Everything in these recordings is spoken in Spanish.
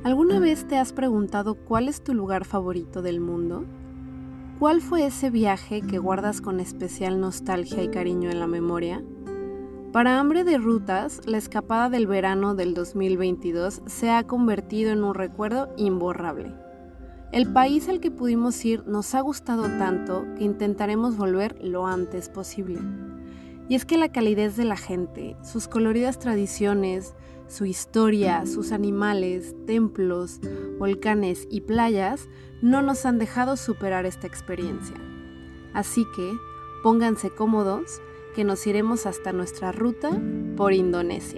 ¿Alguna vez te has preguntado cuál es tu lugar favorito del mundo? ¿Cuál fue ese viaje que guardas con especial nostalgia y cariño en la memoria? Para Hambre de Rutas, la escapada del verano del 2022 se ha convertido en un recuerdo imborrable. El país al que pudimos ir nos ha gustado tanto que intentaremos volver lo antes posible. Y es que la calidez de la gente, sus coloridas tradiciones, su historia, sus animales, templos, volcanes y playas no nos han dejado superar esta experiencia. Así que, pónganse cómodos, que nos iremos hasta nuestra ruta por Indonesia.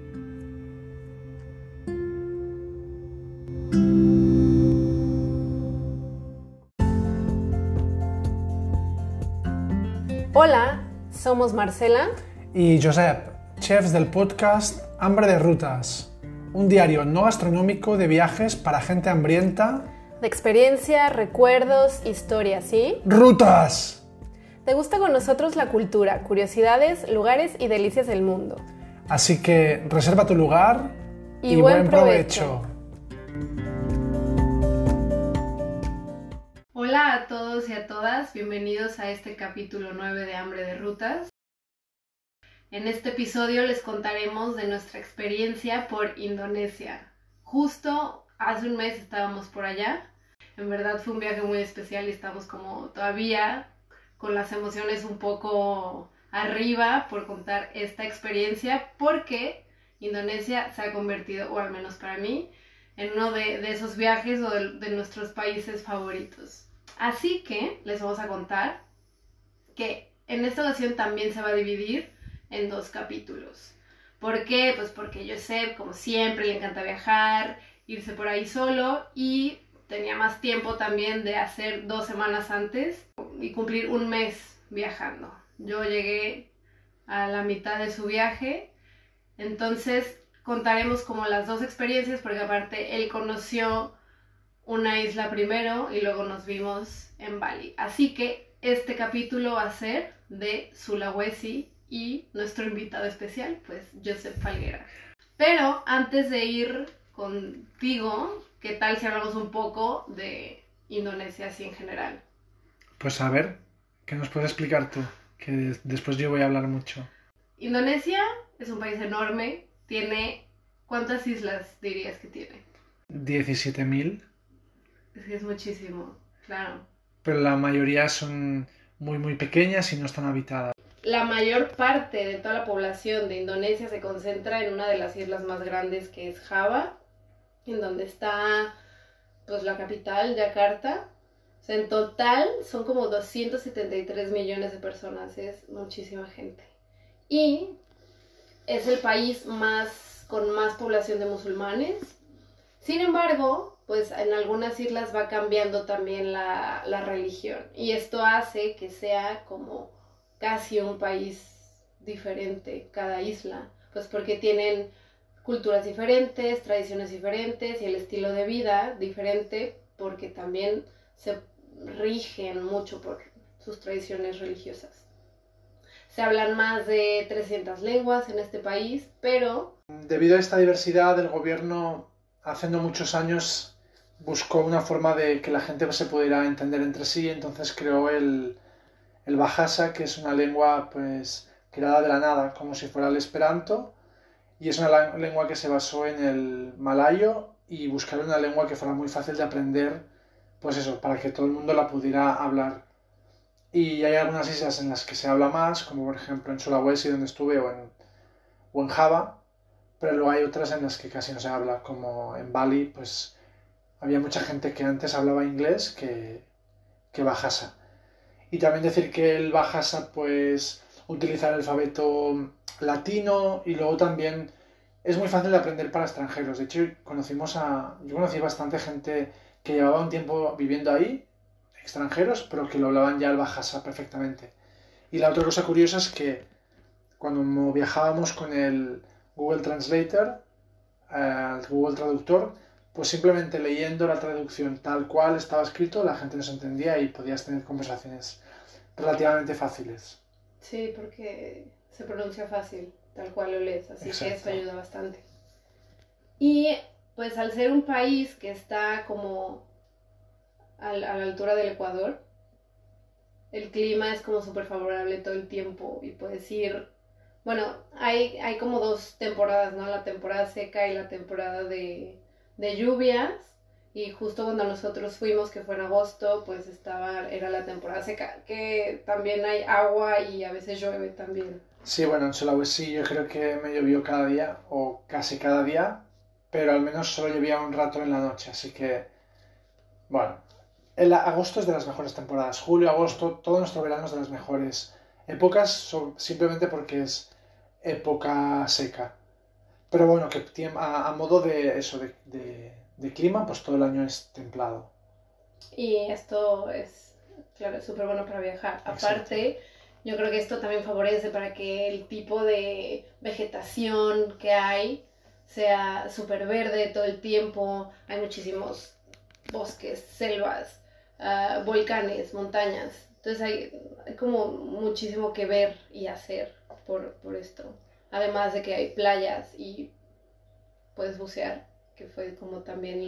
Hola, somos Marcela y Josep, chefs del podcast Hambre de Rutas, un diario no gastronómico de viajes para gente hambrienta. De experiencia, recuerdos, historias, ¿sí? ¡Rutas! ¿Te gusta con nosotros la cultura, curiosidades, lugares y delicias del mundo? Así que reserva tu lugar y buen provecho. Hola a todos y a todas, bienvenidos a este capítulo 9 de Hambre de Rutas. En este episodio les contaremos de nuestra experiencia por Indonesia. Justo hace un mes estábamos por allá. En verdad fue un viaje muy especial y estamos como todavía con las emociones un poco arriba por contar esta experiencia, porque Indonesia se ha convertido, o al menos para mí, en uno de esos viajes o de nuestros países favoritos. Así que les vamos a contar que en esta ocasión también se va a dividir en 2 capítulos. ¿Por qué? Pues porque Josep, como siempre, le encanta viajar, irse por ahí solo, y tenía más tiempo también de hacer 2 semanas antes y cumplir un mes viajando. Yo llegué a la mitad de su viaje, entonces contaremos como las 2 experiencias, porque aparte él conoció una isla primero y luego nos vimos en Bali. Así que este capítulo va a ser de Sulawesi y nuestro invitado especial, pues Josep Falguera. Pero antes de ir contigo, ¿qué tal si hablamos un poco de Indonesia así en general? Pues a ver, ¿qué nos puedes explicar tú? Que después yo voy a hablar mucho. Indonesia es un país enorme, tiene... ¿Cuántas islas dirías que tiene? 17.000. Es que es muchísimo, claro. Pero la mayoría son muy pequeñas y no están habitadas. La mayor parte de toda la población de Indonesia se concentra en una de las islas más grandes, que es Java, en donde está pues la capital, Yakarta. O sea, en total son como 273 millones de personas, es muchísima gente. Y es el país con más población de musulmanes. Sin embargo, pues en algunas islas va cambiando también la religión, y esto hace que sea como casi un país diferente cada isla, pues porque tienen culturas diferentes, tradiciones diferentes y el estilo de vida diferente, porque también se rigen mucho por sus tradiciones religiosas. Se hablan más de 300 lenguas en este país, pero... Debido a esta diversidad, el gobierno hace no muchos años buscó una forma de que la gente se pudiera entender entre sí, entonces creó el Bahasa, que es una lengua pues creada de la nada, como si fuera el Esperanto, y es una lengua que se basó en el malayo, y buscaron una lengua que fuera muy fácil de aprender, pues eso, para que todo el mundo la pudiera hablar. Y hay algunas islas en las que se habla más, como por ejemplo en Sulawesi, donde estuve, o en Java, pero luego hay otras en las que casi no se habla, como en Bali, pues había mucha gente que antes hablaba inglés que Bahasa. Y también decir que el Bahasa pues utiliza el alfabeto latino, y luego también es muy fácil de aprender para extranjeros. De hecho, yo conocí bastante gente que llevaba un tiempo viviendo ahí, extranjeros, pero que lo hablaban ya el Bahasa perfectamente. Y la otra cosa curiosa es que cuando viajábamos con el Google Translator, el Google Traductor, pues simplemente leyendo la traducción tal cual estaba escrito, la gente nos entendía y podías tener conversaciones relativamente fáciles. Sí, porque se pronuncia fácil, tal cual lo lees, así. Exacto. Que eso ayuda bastante. Y pues al ser un país que está como a la altura del Ecuador, el clima es como súper favorable todo el tiempo y puedes ir, bueno, hay como dos temporadas, ¿no? La temporada seca y la temporada de lluvias. Y justo cuando nosotros fuimos, que fue en agosto, pues era la temporada seca, que también hay agua y a veces llueve también. Sí, bueno, en Sulawesi yo creo que me llovió cada día, o casi cada día, pero al menos solo llovía un rato en la noche, así que, bueno, agosto es de las mejores temporadas. Julio, agosto, todo nuestro verano es de las mejores épocas, simplemente porque es época seca. Pero bueno, que a modo de eso, de clima, pues todo el año es templado. Y esto es, claro, es súper bueno para viajar. Exacto. Aparte, yo creo que esto también favorece para que el tipo de vegetación que hay sea súper verde todo el tiempo. Hay muchísimos bosques, selvas, volcanes, montañas. Entonces hay como muchísimo que ver y hacer por esto. Además de que hay playas y puedes bucear, que fue como también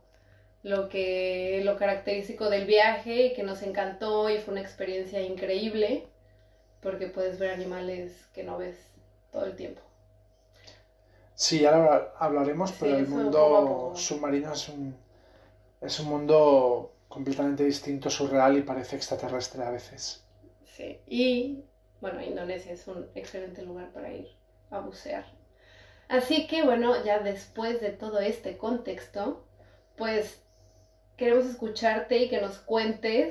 lo característico del viaje, que nos encantó y fue una experiencia increíble, porque puedes ver animales que no ves todo el tiempo. Sí, ahora hablaremos, Sí, pero el eso poco a mundo poco. submarino es un mundo completamente distinto, surreal y parece extraterrestre a veces. Sí, y bueno, Indonesia es un excelente lugar para ir a bucear. Así que bueno, ya después de todo este contexto, pues queremos escucharte y que nos cuentes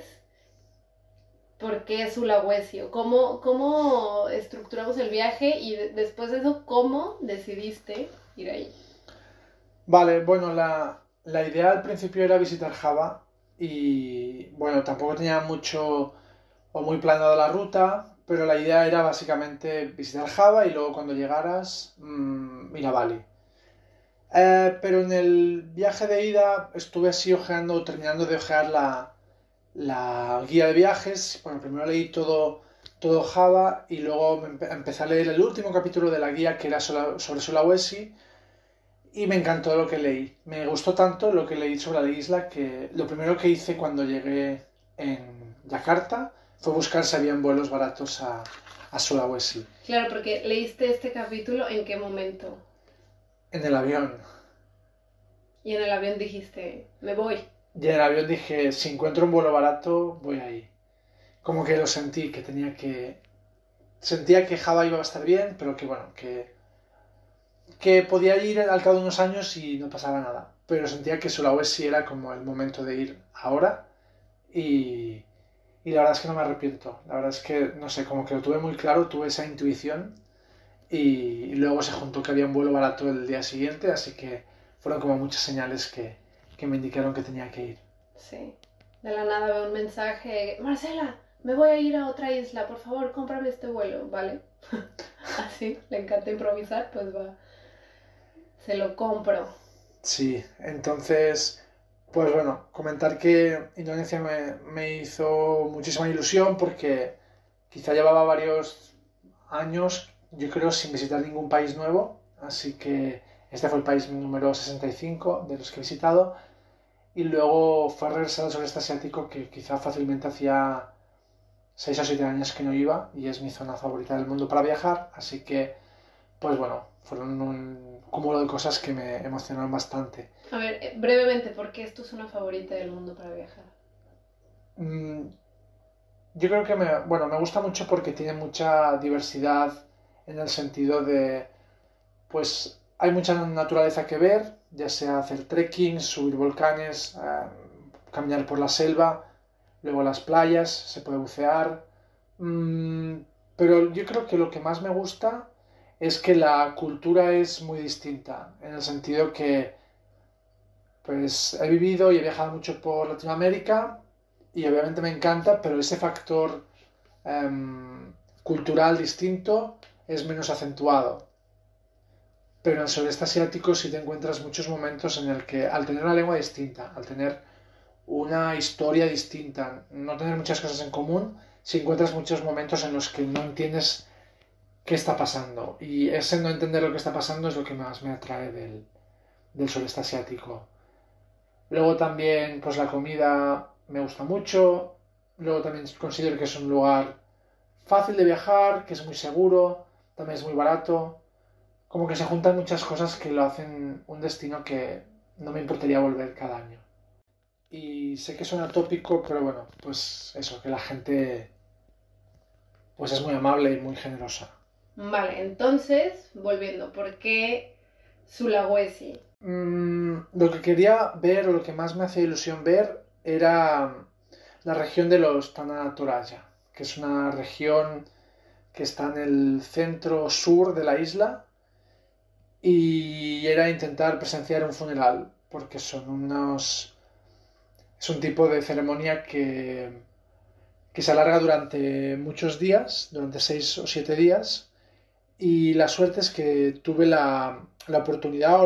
por qué Sulawesi, o cómo estructuramos el viaje y después de eso, cómo decidiste ir ahí. Vale, bueno, la idea al principio era visitar Java y bueno, tampoco tenía mucho o muy planeada la ruta, pero la idea era básicamente visitar Java y luego cuando llegaras ir a Bali. Pero en el viaje de ida estuve así ojeando, terminando de ojear la guía de viajes. Bueno, primero leí todo Java y luego empecé a leer el último capítulo de la guía que era sobre Sulawesi y me encantó lo que leí. Me gustó tanto lo que leí sobre la isla que lo primero que hice cuando llegué en Yakarta fue buscar si habían vuelos baratos a Sulawesi. Claro, porque leíste este capítulo en qué momento. En el avión. Y en el avión dijiste, me voy. Y en el avión dije, si encuentro un vuelo barato, voy ahí. Como que lo sentí, que tenía que... Sentía que Java iba a estar bien, pero que bueno, que podía ir al cabo de unos años y no pasaba nada. Pero sentía que Sulawesi era como el momento de ir ahora y, y la verdad es que no me arrepiento. La verdad es que, no sé, como que lo tuve muy claro, tuve esa intuición y luego se juntó que había un vuelo barato el día siguiente, así que fueron como muchas señales que me indicaron que tenía que ir. Sí. De la nada veo un mensaje, Marcela, me voy a ir a otra isla, por favor, cómprame este vuelo, ¿vale? Así, le encanta improvisar, pues va, se lo compro. Sí, entonces, pues bueno, comentar que Indonesia me hizo muchísima ilusión porque quizá llevaba varios años, yo creo, sin visitar ningún país nuevo, así que este fue el país número 65 de los que he visitado y luego fue a regresar al sudeste asiático que quizá fácilmente hacía 6 o 7 años que no iba y es mi zona favorita del mundo para viajar, así que pues bueno, fueron un cúmulo de cosas que me emocionaron bastante. A ver, brevemente, ¿por qué es tu zona favorita del mundo para viajar? Mm, yo creo que bueno, me gusta mucho porque tiene mucha diversidad en el sentido de, pues hay mucha naturaleza que ver, ya sea hacer trekking, subir volcanes, caminar por la selva, luego las playas, se puede bucear. Mm, pero yo creo que lo que más me gusta es que la cultura es muy distinta, en el sentido que pues he vivido y he viajado mucho por Latinoamérica y obviamente me encanta, pero ese factor cultural distinto es menos acentuado. Pero en el sudeste asiático sí te encuentras muchos momentos en el que al tener una lengua distinta, al tener una historia distinta, no tener muchas cosas en común, sí encuentras muchos momentos en los que no entiendes qué está pasando. Y ese no entender lo que está pasando es lo que más me atrae del sudeste asiático. Luego también, pues la comida me gusta mucho. Luego también considero que es un lugar fácil de viajar, que es muy seguro, también es muy barato. Como que se juntan muchas cosas que lo hacen un destino que no me importaría volver cada año. Y sé que suena tópico, pero bueno, pues eso, que la gente pues es muy amable y muy generosa. Vale, entonces, volviendo, ¿por qué Sulawesi? Lo que quería ver, o lo que más me hacía ilusión ver, era la región de los Tanah Toraja, que es una región que está en el centro sur de la isla, y era intentar presenciar un funeral, porque es un tipo de ceremonia que se alarga durante muchos días, durante 6 o 7 días, y la suerte es que tuve la oportunidad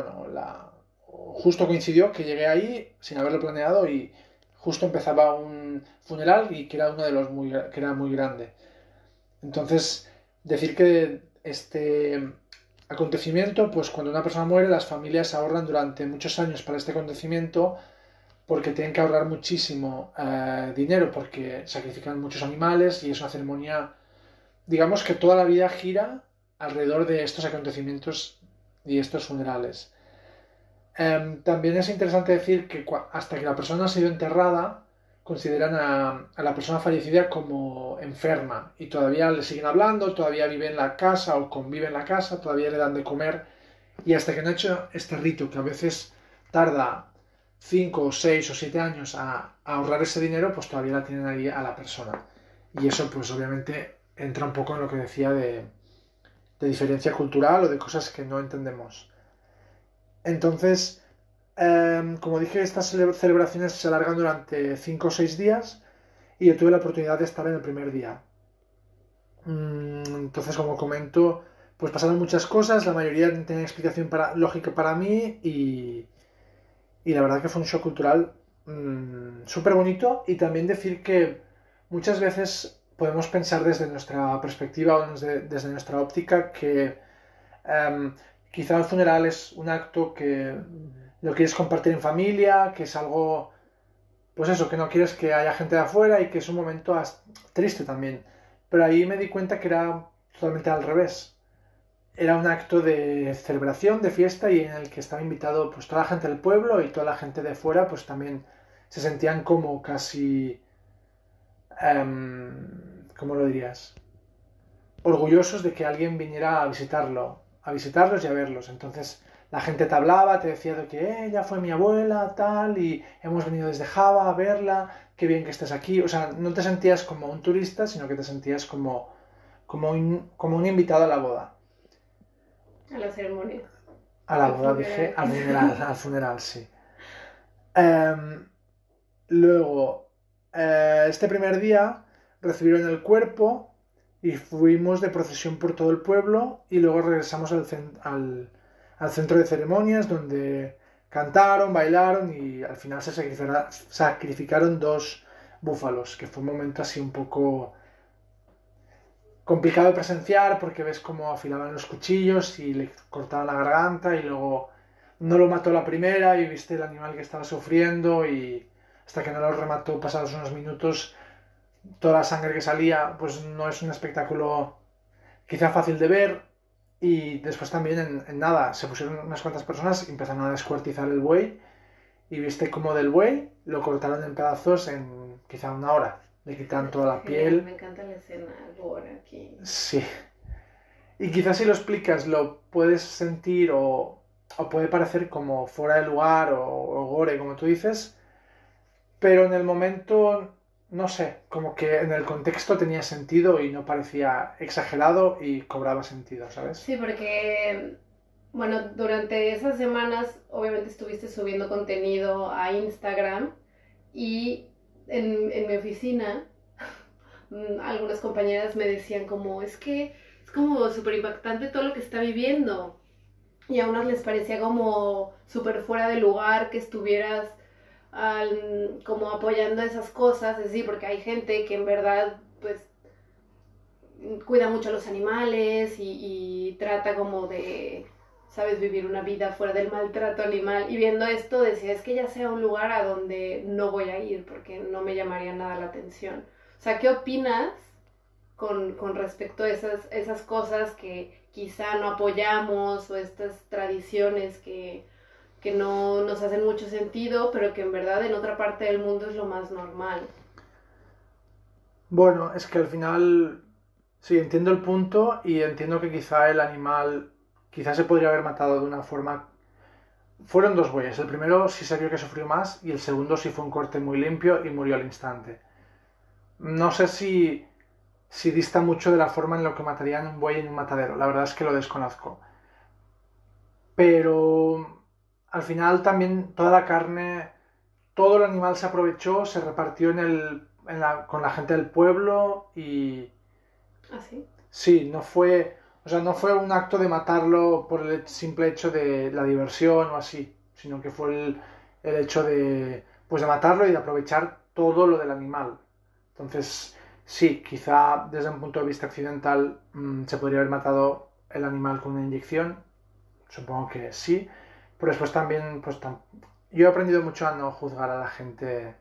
justo coincidió que llegué ahí sin haberlo planeado y justo empezaba un funeral y que era uno de los que era muy grande. Entonces, decir que este acontecimiento, pues cuando una persona muere, las familias ahorran durante muchos años para este acontecimiento porque tienen que ahorrar muchísimo dinero porque sacrifican muchos animales y es una ceremonia, digamos que toda la vida gira alrededor de estos acontecimientos y estos funerales. También es interesante decir que hasta que la persona ha sido enterrada, consideran a la persona fallecida como enferma y todavía le siguen hablando, todavía vive en la casa o convive en la casa, todavía le dan de comer y hasta que no ha hecho este rito que a veces tarda 5 o 6 o 7 años a ahorrar ese dinero, pues todavía la tienen ahí a la persona. Y eso pues obviamente entra un poco en lo que decía de diferencia cultural o de cosas que no entendemos. Entonces, como dije, estas celebraciones se alargan durante 5 o 6 días y yo tuve la oportunidad de estar en el primer día. Entonces, como comento, pues pasaron muchas cosas, la mayoría tenía explicación lógica para mí y la verdad que fue un shock cultural súper bonito y también decir que muchas veces podemos pensar desde nuestra perspectiva o desde nuestra óptica que quizá el funeral es un acto que lo quieres compartir en familia, que es algo, pues eso, que no quieres que haya gente de afuera y que es un momento triste también. Pero ahí me di cuenta que era totalmente al revés. Era un acto de celebración, de fiesta y en el que estaba invitado pues toda la gente del pueblo y toda la gente de fuera pues también se sentían como casi, ¿cómo lo dirías? Orgullosos de que alguien viniera a visitarlos y a verlos. Entonces la gente te hablaba, te decía de que ella fue mi abuela, tal, y hemos venido desde Java a verla, qué bien que estés aquí. O sea, no te sentías como un turista, sino que te sentías como un invitado a la boda. A la ceremonia. A la Al boda, funeral. dije, al funeral, sí. Luego, este primer día recibieron el cuerpo y fuimos de procesión por todo el pueblo y luego regresamos al centro de ceremonias donde cantaron, bailaron y al final se sacrificaron 2 búfalos, que fue un momento así un poco complicado de presenciar porque ves cómo afilaban los cuchillos y le cortaban la garganta y luego no lo mató la primera y viste el animal que estaba sufriendo y hasta que no lo remató pasados unos minutos toda la sangre que salía pues no es un espectáculo quizá fácil de ver y después también en nada se pusieron unas cuantas personas y empezaron a descuartizar el buey y viste como del buey lo cortaron en pedazos en quizá una hora. Le quitan toda la piel. Me encanta la escena, gore aquí. Sí. Y quizás si lo explicas lo puedes sentir o puede parecer como fuera de lugar o gore, como tú dices, pero en el momento, no sé, como que en el contexto tenía sentido y no parecía exagerado y cobraba sentido, ¿sabes? Sí, porque, bueno, durante esas semanas obviamente estuviste subiendo contenido a Instagram y en mi oficina algunas compañeras me decían como, es que es como súper impactante todo lo que está viviendo. Y a unas les parecía como súper fuera de lugar que estuvieras como apoyando esas cosas, es decir, porque hay gente que en verdad pues cuida mucho a los animales y trata como de sabes, vivir una vida fuera del maltrato animal. Y viendo esto decía, es que ya sea un lugar a donde no voy a ir porque no me llamaría nada la atención. O sea, ¿qué opinas con respecto a esas cosas que quizá no apoyamos o estas tradiciones que no nos hacen mucho sentido, pero que en verdad en otra parte del mundo es lo más normal? Bueno, es que al final sí, entiendo el punto y entiendo que quizá el animal, quizá se podría haber matado de una forma. Fueron dos bueyes, el primero sí se vio que sufrió más y el segundo sí fue un corte muy limpio y murió al instante. No sé si dista mucho de la forma en la que matarían un buey en un matadero, la verdad es que lo desconozco. Pero al final también toda la carne, todo el animal se aprovechó, se repartió con la gente del pueblo y ¿Ah, sí? sí, no fue, o sea, no fue un acto de matarlo por el simple hecho de la diversión o así, sino que fue el hecho de, pues de matarlo y de aprovechar todo lo del animal. Entonces, sí, quizá desde un punto de vista occidental se podría haber matado el animal con una inyección, supongo que sí, pero después también, pues yo he aprendido mucho a no juzgar a la gente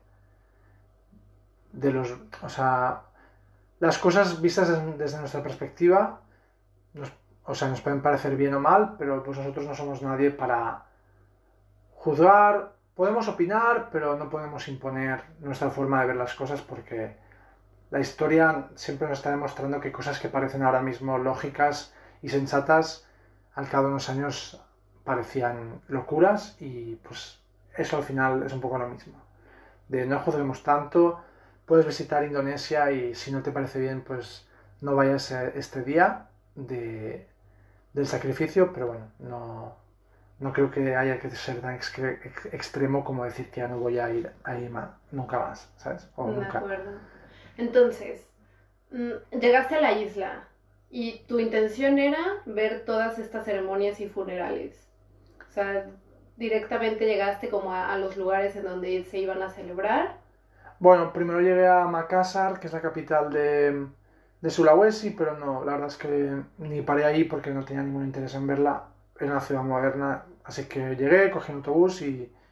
de los, o sea, las cosas vistas desde nuestra perspectiva, nos, o sea, nos pueden parecer bien o mal, pero pues nosotros no somos nadie para juzgar. Podemos opinar, pero no podemos imponer nuestra forma de ver las cosas porque la historia siempre nos está demostrando que cosas que parecen ahora mismo lógicas y sensatas, al cabo de unos años parecían locuras y pues eso al final es un poco lo mismo. De no juzguemos tanto, puedes visitar Indonesia y si no te parece bien, pues no vayas este día del sacrificio, pero bueno, no creo que haya que ser tan extremo como decir que ya no voy a ir ahí nunca más, ¿sabes? O De nunca. acuerdo. Entonces, llegaste a la isla y tu intención era ver todas estas ceremonias y funerales. O sea, directamente llegaste como a los lugares en donde se iban a celebrar. Bueno, primero llegué a Makassar, que es la capital de Sulawesi, pero no, la verdad es que ni paré ahí porque no tenía ningún interés en verla. Era una ciudad moderna, así que llegué, cogí un autobús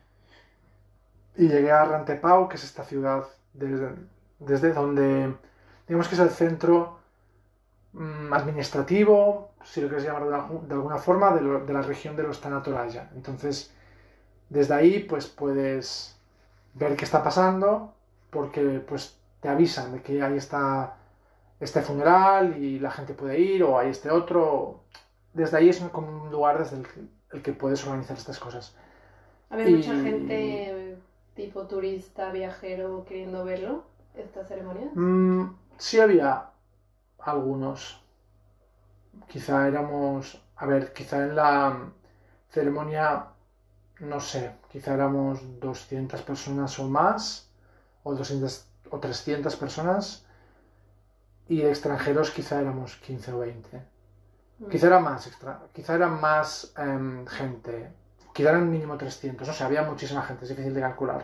y llegué a Rantepau, que es esta ciudad desde donde, digamos que es el centro administrativo, si lo quieres llamar de alguna forma, de la región de los Tanatoraya. Entonces, desde ahí pues puedes ver qué está pasando, porque pues te avisan de que ahí está este funeral y la gente puede ir, o hay este otro. Desde ahí es como un lugar desde el que puedes organizar estas cosas. Había mucha gente tipo turista, viajero, queriendo verlo, esta ceremonia. Sí había algunos. Quizá éramos, a ver, quizá en la ceremonia, no sé, quizá éramos 200 personas o más, o 200 o 300 personas, y extranjeros quizá éramos 15 o 20. Quizá era más, quizá era más gente, quizá eran mínimo 300, o sea, había muchísima gente, es difícil de calcular.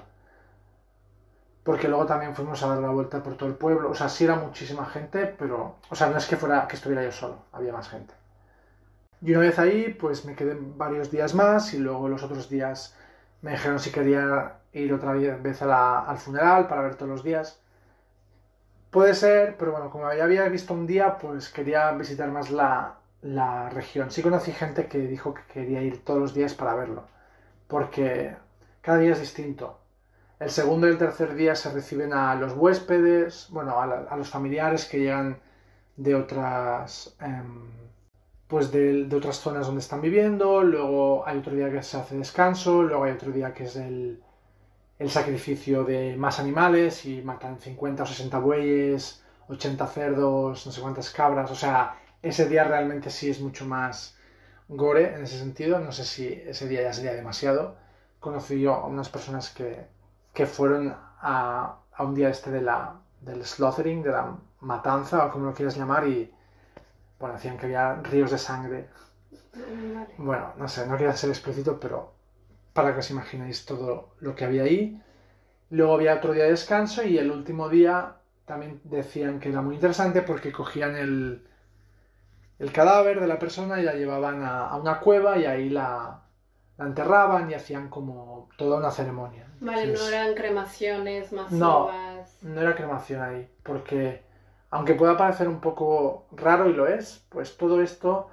Porque luego también fuimos a dar la vuelta por todo el pueblo, o sea, sí era muchísima gente, pero, o sea, no es que estuviera yo solo, había más gente. Y una vez ahí, pues me quedé varios días más y luego los otros días me dijeron si quería ir otra vez al funeral para ver todos los días. Puede ser, pero bueno, como ya había visto un día, pues quería visitar más la región. Sí conocí gente que dijo que quería ir todos los días para verlo, porque cada día es distinto. El segundo y el tercer día se reciben a los huéspedes, bueno, a los familiares que llegan de otras, pues de otras zonas donde están viviendo. Luego hay otro día que se hace descanso, luego hay otro día que es el sacrificio de más animales y matan 50 o 60 bueyes, 80 cerdos, no sé cuántas cabras. O sea, ese día realmente sí es mucho más gore en ese sentido. No sé si ese día ya sería demasiado. Conocí yo a unas personas que fueron a un día del slaughtering, de la matanza o como lo quieras llamar, y bueno, decían que había ríos de sangre. Vale. Bueno, no sé, no quería ser explícito, pero para que os imaginéis todo lo que había ahí. Luego había otro día de descanso y el último día también decían que era muy interesante porque cogían el cadáver de la persona y la llevaban a una cueva y ahí la enterraban y hacían como toda una ceremonia. Vale, no eran cremaciones No, masivas. no era cremación ahí, porque aunque pueda parecer un poco raro y lo es, pues todo esto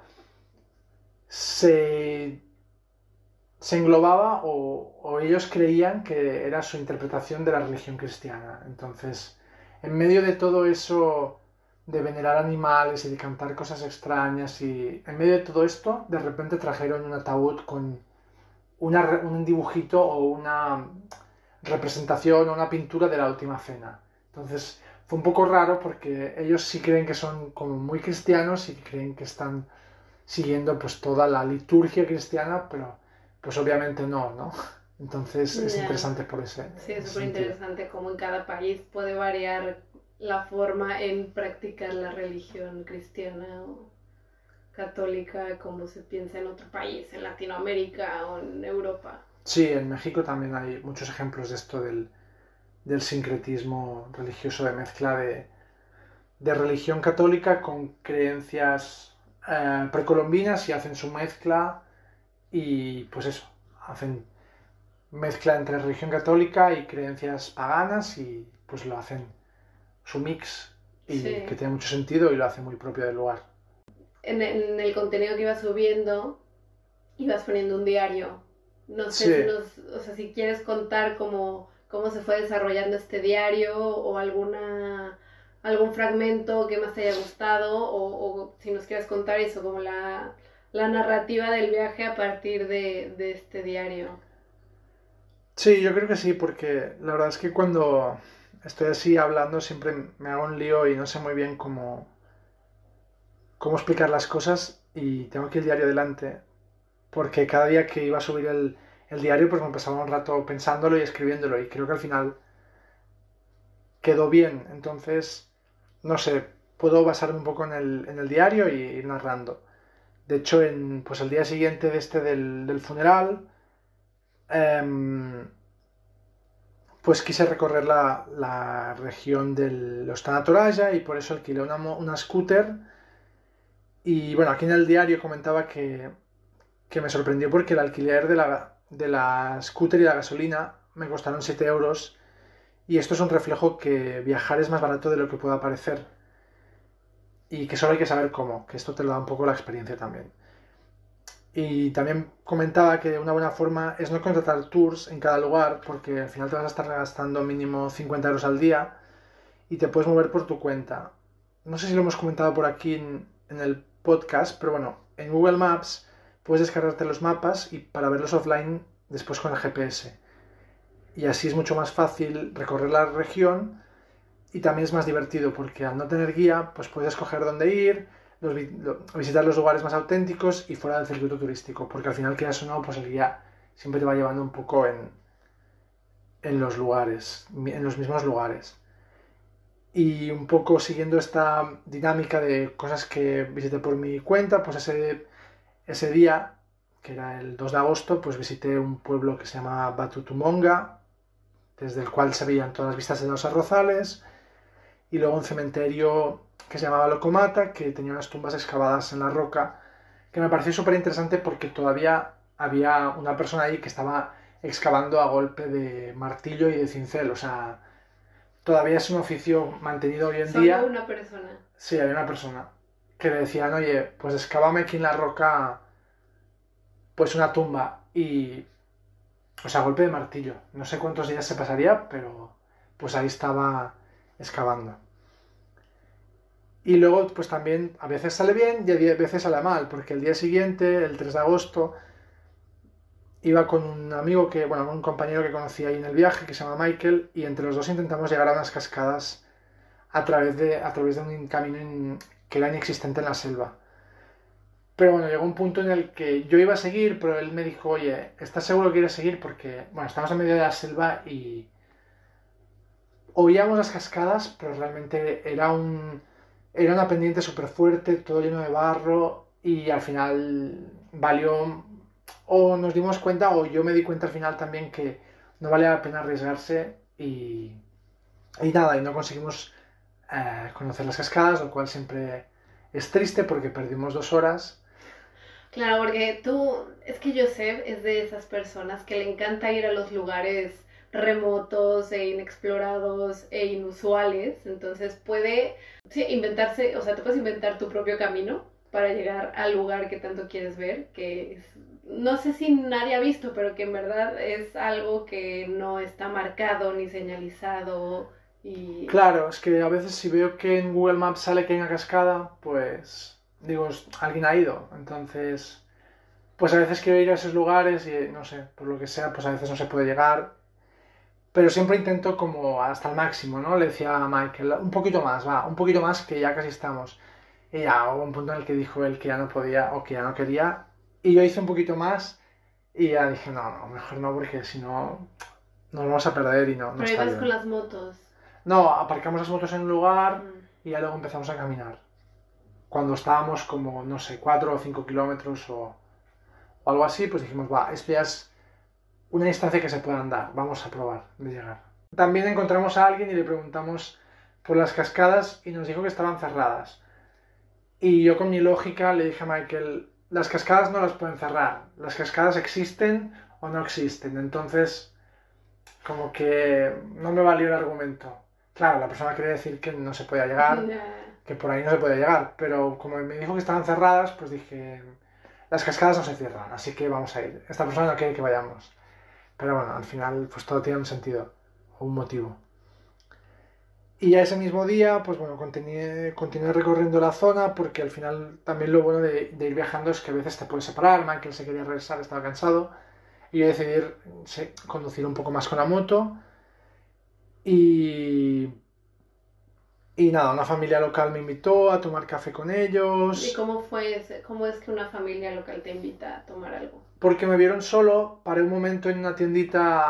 se englobaba o ellos creían que era su interpretación de la religión cristiana. Entonces, en medio de todo eso de venerar animales y de cantar cosas extrañas y en medio de todo esto, de repente trajeron un ataúd con un dibujito o una representación o una pintura de la última cena. Entonces, fue un poco raro porque ellos sí creen que son como muy cristianos y creen que están siguiendo pues toda la liturgia cristiana, pero pues obviamente no. Entonces es interesante por ese Sí, es súper sentido. interesante cómo en cada país puede variar la forma en practicar la religión cristiana o católica como se piensa en otro país, en Latinoamérica o en Europa. Sí, en México también hay muchos ejemplos de esto del sincretismo religioso, de mezcla de religión católica con creencias precolombinas y hacen su mezcla y pues eso, hacen mezcla entre religión católica y creencias paganas y pues lo hacen su mix y Sí. que tiene mucho sentido y lo hace muy propio del lugar. En el contenido que ibas subiendo, ibas poniendo un diario. No sé Sí. o sea, si quieres contar cómo se fue desarrollando este diario o algún fragmento que más te haya gustado o si nos quieres contar eso, como la narrativa del viaje a partir de este diario. Sí, yo creo que sí, porque la verdad es que cuando estoy así hablando siempre me hago un lío y no sé muy bien cómo explicar las cosas y tengo aquí el diario delante, porque cada día que iba a subir el diario pues me pasaba un rato pensándolo y escribiéndolo y creo que al final quedó bien, entonces no sé, puedo basarme un poco en el diario y ir narrando. De hecho, pues el día siguiente de del funeral, em, pues quise recorrer la región de los Tanatoraya y por eso alquilé una scooter. Y bueno, aquí en el diario comentaba que me sorprendió porque el alquiler de la scooter y la gasolina me costaron 7 euros. Y esto es un reflejo que viajar es más barato de lo que pueda parecer. Y que solo hay que saber cómo, que esto te lo da un poco la experiencia también. Y también comentaba que una buena forma es no contratar tours en cada lugar, porque al final te vas a estar gastando mínimo 50 euros al día y te puedes mover por tu cuenta. No sé si lo hemos comentado por aquí en el podcast, pero bueno, en Google Maps puedes descargarte los mapas y para verlos offline después con el GPS. Y así es mucho más fácil recorrer la región y también es más divertido porque al no tener guía, pues puedes escoger dónde ir, visitar los lugares más auténticos y fuera del circuito turístico, porque al final, quieras o no, pues el guía siempre te va llevando un poco en los lugares, en los mismos lugares. Y un poco siguiendo esta dinámica de cosas que visité por mi cuenta, pues ese día, que era el 2 de agosto, pues visité un pueblo que se llama Batutumonga, desde el cual se veían todas las vistas de los arrozales, y luego un cementerio que se llamaba Locomata, que tenía unas tumbas excavadas en la roca, que me pareció súper interesante porque todavía había una persona ahí que estaba excavando a golpe de martillo y de cincel, o sea, todavía es un oficio mantenido hoy en día. Solo una persona. Sí, había una persona que le decían, oye, pues excavame aquí en la roca pues una tumba y, o sea, a golpe de martillo. No sé cuántos días se pasaría, pero pues ahí estaba excavando. Y luego, pues también a veces sale bien y a veces sale mal, porque el día siguiente, el 3 de agosto, iba con un amigo bueno, un compañero que conocí ahí en el viaje, que se llama Michael, y entre los dos intentamos llegar a unas cascadas a través de un camino que era inexistente en la selva. Pero bueno, llegó un punto en el que yo iba a seguir, pero él me dijo, oye, ¿estás seguro que quieres seguir? Porque, bueno, estamos en medio de la selva y oíamos las cascadas, pero realmente era una pendiente súper fuerte, todo lleno de barro y al final valió, o nos dimos cuenta, o yo me di cuenta al final también que no valía la pena arriesgarse y nada, y no conseguimos conocer las cascadas, lo cual siempre Es triste porque perdimos 2 horas. Claro, porque es que Joseph es de esas personas que le encanta ir a los lugares remotos e inexplorados e inusuales, entonces puede, sí, inventarse, o sea, tú puedes inventar tu propio camino para llegar al lugar que tanto quieres ver, no sé si nadie ha visto, pero que en verdad es algo que no está marcado ni señalizado y... Claro, es que a veces si veo que en Google Maps sale que hay una cascada, pues digo, alguien ha ido. Entonces, pues a veces quiero ir a esos lugares y no sé, por lo que sea, pues a veces no se puede llegar. Pero siempre intento como hasta el máximo, ¿no? Le decía a Michael, un poquito más, va, un poquito más que ya casi estamos. Y ya hubo un punto en el que dijo él que ya no podía o que ya no quería. Y yo hice un poquito más y ya dije, no, no, mejor no, porque si no nos vamos a perder y no Pero está ibas con bien. las motos. No, aparcamos las motos en un lugar Mm. y ya luego empezamos a caminar. Cuando estábamos como, no sé, 4 o 5 kilómetros o algo así, pues dijimos, va, esto ya es una distancia que se puede andar, vamos a probar de llegar. También encontramos a alguien y le preguntamos por las cascadas y nos dijo que estaban cerradas. Y yo con mi lógica le dije a Michael, las cascadas no las pueden cerrar, las cascadas existen o no existen, entonces como que no me valió el argumento. Claro, la persona quería decir que no se podía llegar, que por ahí no se podía llegar, pero como me dijo que estaban cerradas, pues dije, las cascadas no se cierran, así que vamos a ir. Esta persona no quiere que vayamos. Pero bueno, al final pues todo tiene un sentido o un motivo. Y ya ese mismo día, pues bueno, continué recorriendo la zona porque al final también lo bueno de ir viajando es que a veces te puedes separar. Michael se quería regresar, estaba cansado. Y yo decidí conducir un poco más con la moto. Y, y nada, una familia local me invitó a tomar café con ¿Y ellos. cómo es que una familia local te invita a tomar algo? Porque me vieron solo, paré un momento en una tiendita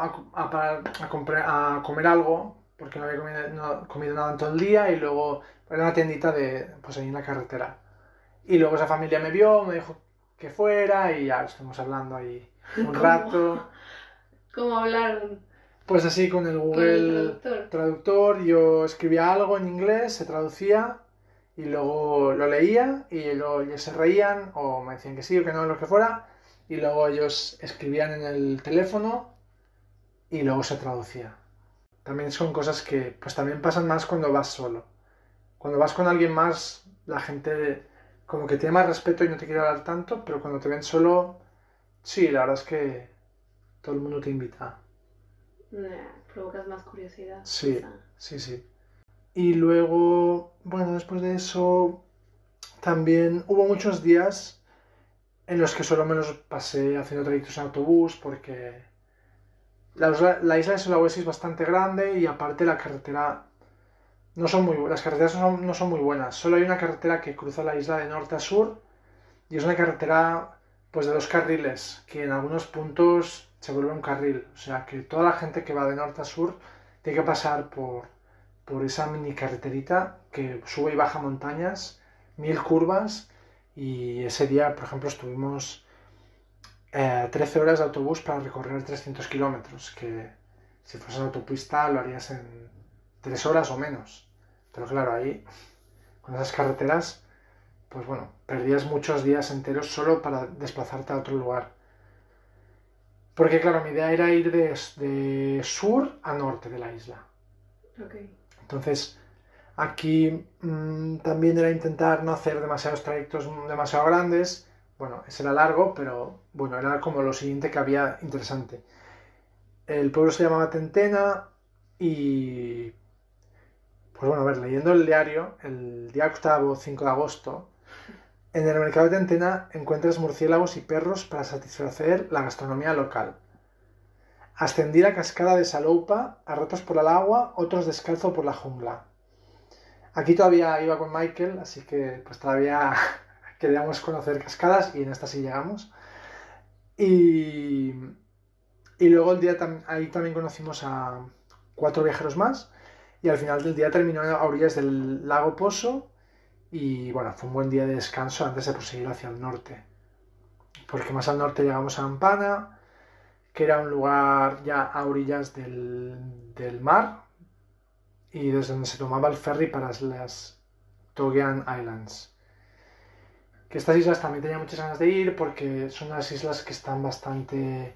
a comer algo, porque no había comido nada en todo el día, y luego era una tiendita pues ahí en la carretera. Y luego esa familia me vio, me dijo que fuera, y ya estuvimos hablando ahí un ¿Cómo, rato. cómo hablaron Pues así con el con el Google traductor? Traductor, yo escribía algo en inglés, se traducía, y luego lo leía, y luego ellos se reían, o me decían que sí o que no, lo que fuera, y luego ellos escribían en el teléfono y luego se traducía. También son cosas que pues también pasan más cuando vas solo. Cuando vas con alguien más, la gente como que tiene más respeto y no te quiere hablar tanto, pero cuando te ven solo, sí, la verdad es que todo el mundo te invita. Provocas más curiosidad, Sí, quizá. sí, sí. Y luego, bueno, después de eso, también hubo muchos días en los que solo me los pasé haciendo trayectos en autobús porque la isla de Sulawesi es bastante grande y aparte la carretera las carreteras no son muy buenas. Solo hay una carretera que cruza la isla de norte a sur y es una carretera pues de 2 carriles que en algunos puntos se vuelve un carril. O sea que toda la gente que va de norte a sur tiene que pasar por esa mini carreterita que sube y baja montañas, 1000 curvas y ese día, por ejemplo, estuvimos 13 horas de autobús para recorrer 300 kilómetros, que si fuese en autopista lo harías en 3 horas o menos. Pero claro, ahí, con esas carreteras, pues bueno, perdías muchos días enteros solo para desplazarte a otro lugar. Porque claro, mi idea era ir de sur a norte de la isla. Okay. Entonces, aquí también era intentar no hacer demasiados trayectos demasiado grandes. Bueno, ese era largo, pero bueno, era como lo siguiente que había interesante. El pueblo se llamaba Tentena y, pues bueno, a ver, leyendo el diario, el día octavo, 5 de agosto, en el mercado de Tentena encuentras murciélagos y perros para satisfacer la gastronomía local. Ascendí la cascada de Saloupa, a ratos por el agua, otros descalzo por la jungla. Aquí todavía iba con Michael, así que pues todavía queríamos conocer cascadas y en esta sí llegamos. Y, y luego ahí también conocimos a 4 viajeros más y al final del día terminó a orillas del lago Poso y bueno, fue un buen día de descanso antes de proseguir hacia el norte. Porque más al norte llegamos a Ampana, que era un lugar ya a orillas del mar y desde donde se tomaba el ferry para las Togian Islands. que estas islas también tenía muchas ganas de ir porque son unas islas que están bastante...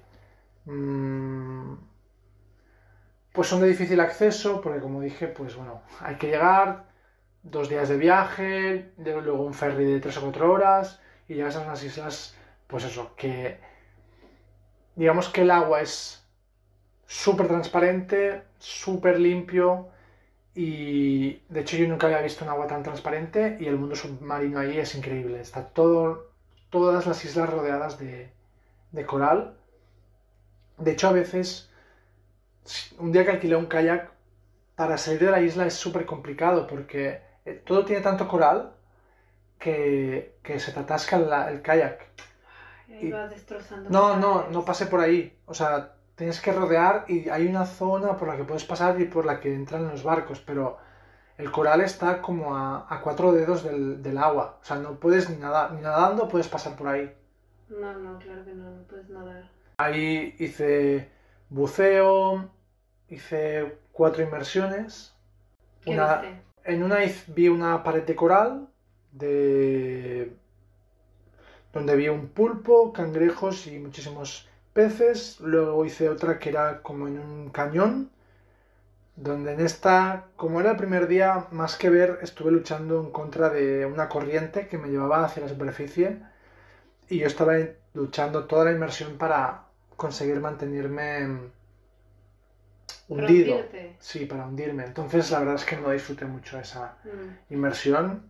pues son de difícil acceso, porque como dije, pues bueno, hay que llegar, 2 días de viaje, luego un ferry de 3 o 4 horas, y llegas a unas islas, pues eso, que digamos que el agua es súper transparente, súper limpio, y de hecho yo nunca había visto un agua tan transparente, y el mundo submarino ahí es increíble. Está todas las islas rodeadas de coral. De hecho, a veces, un día que alquilé un kayak, para salir de la isla es súper complicado porque todo tiene tanto coral que se te atasca el kayak. Ahí vas destrozando. No pasé por ahí. O sea, tienes que rodear y hay una zona por la que puedes pasar y por la que entran los barcos, pero el coral está como a 4 dedos del agua. O sea, no puedes ni nadando puedes pasar por ahí. No, claro que no puedes nadar. Ahí hice buceo, hice 4 inmersiones. ¿Qué viste? En una vi una pared de coral donde vi un pulpo, cangrejos y muchísimos peces. Luego hice otra que era como en un cañón, donde en esta, como era el primer día, más que ver, estuve luchando en contra de una corriente que me llevaba hacia la superficie y yo estaba luchando toda la inmersión para conseguir mantenerme hundido. Sí, para hundirme. Entonces la verdad es que no disfruté mucho esa inmersión.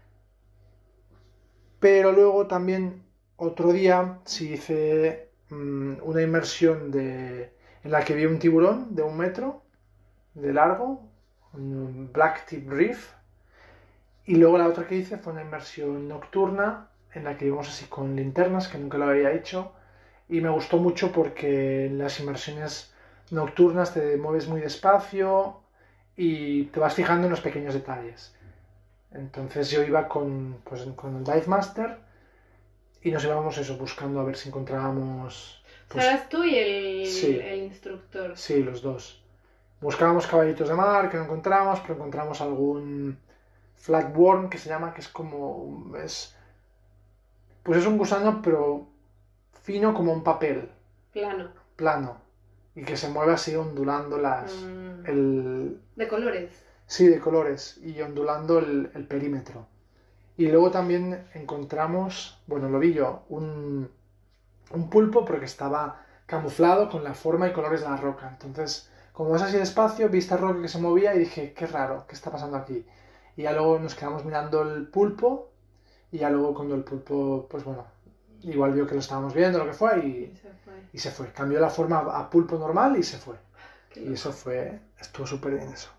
Pero luego también otro día sí hice una inmersión en la que vi un tiburón de 1 metro de largo, un Black Tip Reef. Y luego la otra que hice fue una inmersión nocturna en la que íbamos así con linternas, que nunca lo había hecho. Y me gustó mucho porque en las inmersiones nocturnas te mueves muy despacio y te vas fijando en los pequeños detalles. Entonces yo iba con el Dive Master y nos íbamos eso, buscando a ver si encontrábamos... Pues, ¿eras tú y el instructor? Sí, los dos. Buscábamos caballitos de mar que no encontramos, pero encontramos algún flatworm que se llama, que es como... pues es un gusano, pero fino como un papel. Plano. Y que se mueve así ondulando ¿De colores? Sí, de colores. Y ondulando el perímetro. Y luego también encontramos, bueno, lo vi yo, un pulpo, pero que estaba camuflado con la forma y colores de la roca. Entonces, como vas así despacio, vi esta roca que se movía y dije, qué raro, ¿qué está pasando aquí? Y ya luego nos quedamos mirando el pulpo y ya luego cuando el pulpo, pues bueno, igual vio que lo estábamos viendo, lo que fue, y se fue. Cambió la forma a pulpo normal y se fue. Y eso estuvo súper bien eso.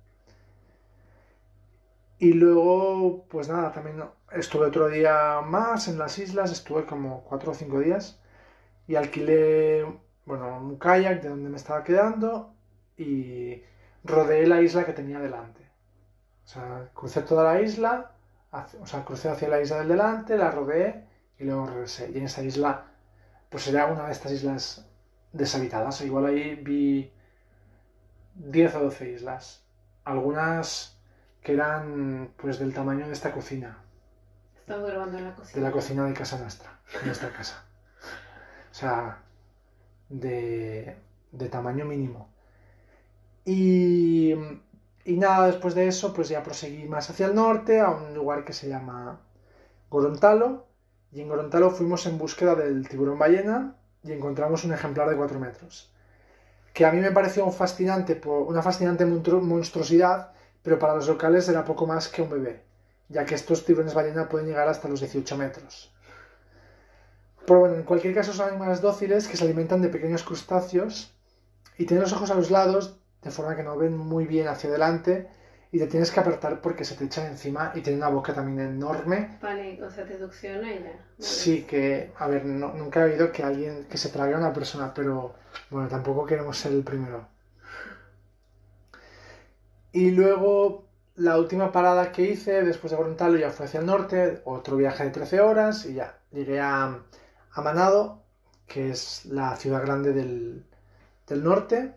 Y luego, pues nada, también estuve otro día más en las islas, estuve como 4 o 5 días y alquilé, bueno, un kayak de donde me estaba quedando y rodeé la isla que tenía delante. O sea, crucé toda la isla, crucé hacia la isla del delante, la rodeé y luego regresé. Y en esa isla, pues era una de estas islas deshabitadas. Igual ahí vi 10 o 12 islas. Algunas que eran pues del tamaño de esta cocina. Estamos grabando en la cocina. De la cocina de casa nuestra, en esta casa. O sea, de tamaño mínimo. Y nada, después de eso, pues ya proseguí más hacia el norte, a un lugar que se llama Gorontalo. Y en Gorontalo fuimos en búsqueda del tiburón ballena y encontramos un ejemplar de 4 metros. Que a mí me pareció una fascinante monstruosidad, pero para los locales era poco más que un bebé, ya que estos tiburones ballena pueden llegar hasta los 18 metros. Pero bueno, en cualquier caso son animales dóciles que se alimentan de pequeños crustáceos y tienen los ojos a los lados, de forma que no ven muy bien hacia adelante y te tienes que apretar porque se te echan encima y tienen una boca también enorme. Vale, o sea, te succiona y ya. Vale. Sí, que, a ver, nunca he oído que alguien que se trague a una persona, pero bueno, tampoco queremos ser el primero. Y luego la última parada que hice después de Gorontalo ya fue hacia el norte, otro viaje de 13 horas y ya llegué a Manado, que es la ciudad grande del norte.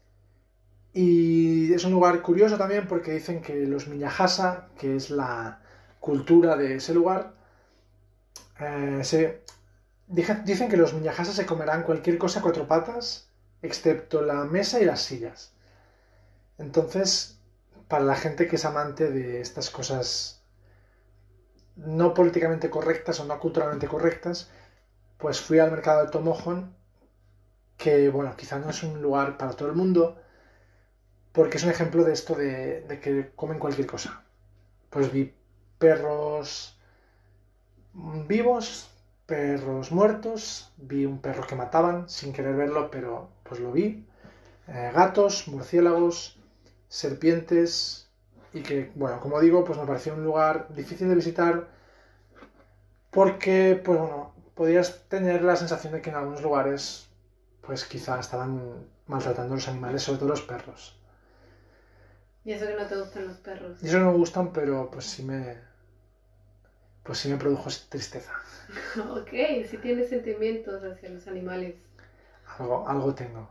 Y es un lugar curioso también porque dicen que los Miñahasa, que es la cultura de ese lugar, Dicen que los Minahasa se comerán cualquier cosa a cuatro patas, excepto la mesa y las sillas. Entonces, para la gente que es amante de estas cosas no políticamente correctas o no culturalmente correctas, pues fui al mercado de Tomohon, que bueno, quizá no es un lugar para todo el mundo, porque es un ejemplo de esto de que comen cualquier cosa. Pues vi perros vivos, perros muertos, vi un perro que mataban sin querer verlo, pero pues lo vi, gatos, murciélagos, serpientes, y que, bueno, como digo, pues me pareció un lugar difícil de visitar porque, pues bueno, podías tener la sensación de que en algunos lugares, pues quizá estaban maltratando a los animales, sobre todo los perros. Y eso que no te gustan los perros. Y eso no me gustan, pero pues sí me produjo tristeza. Ok, sí tienes sentimientos hacia los animales. Algo tengo.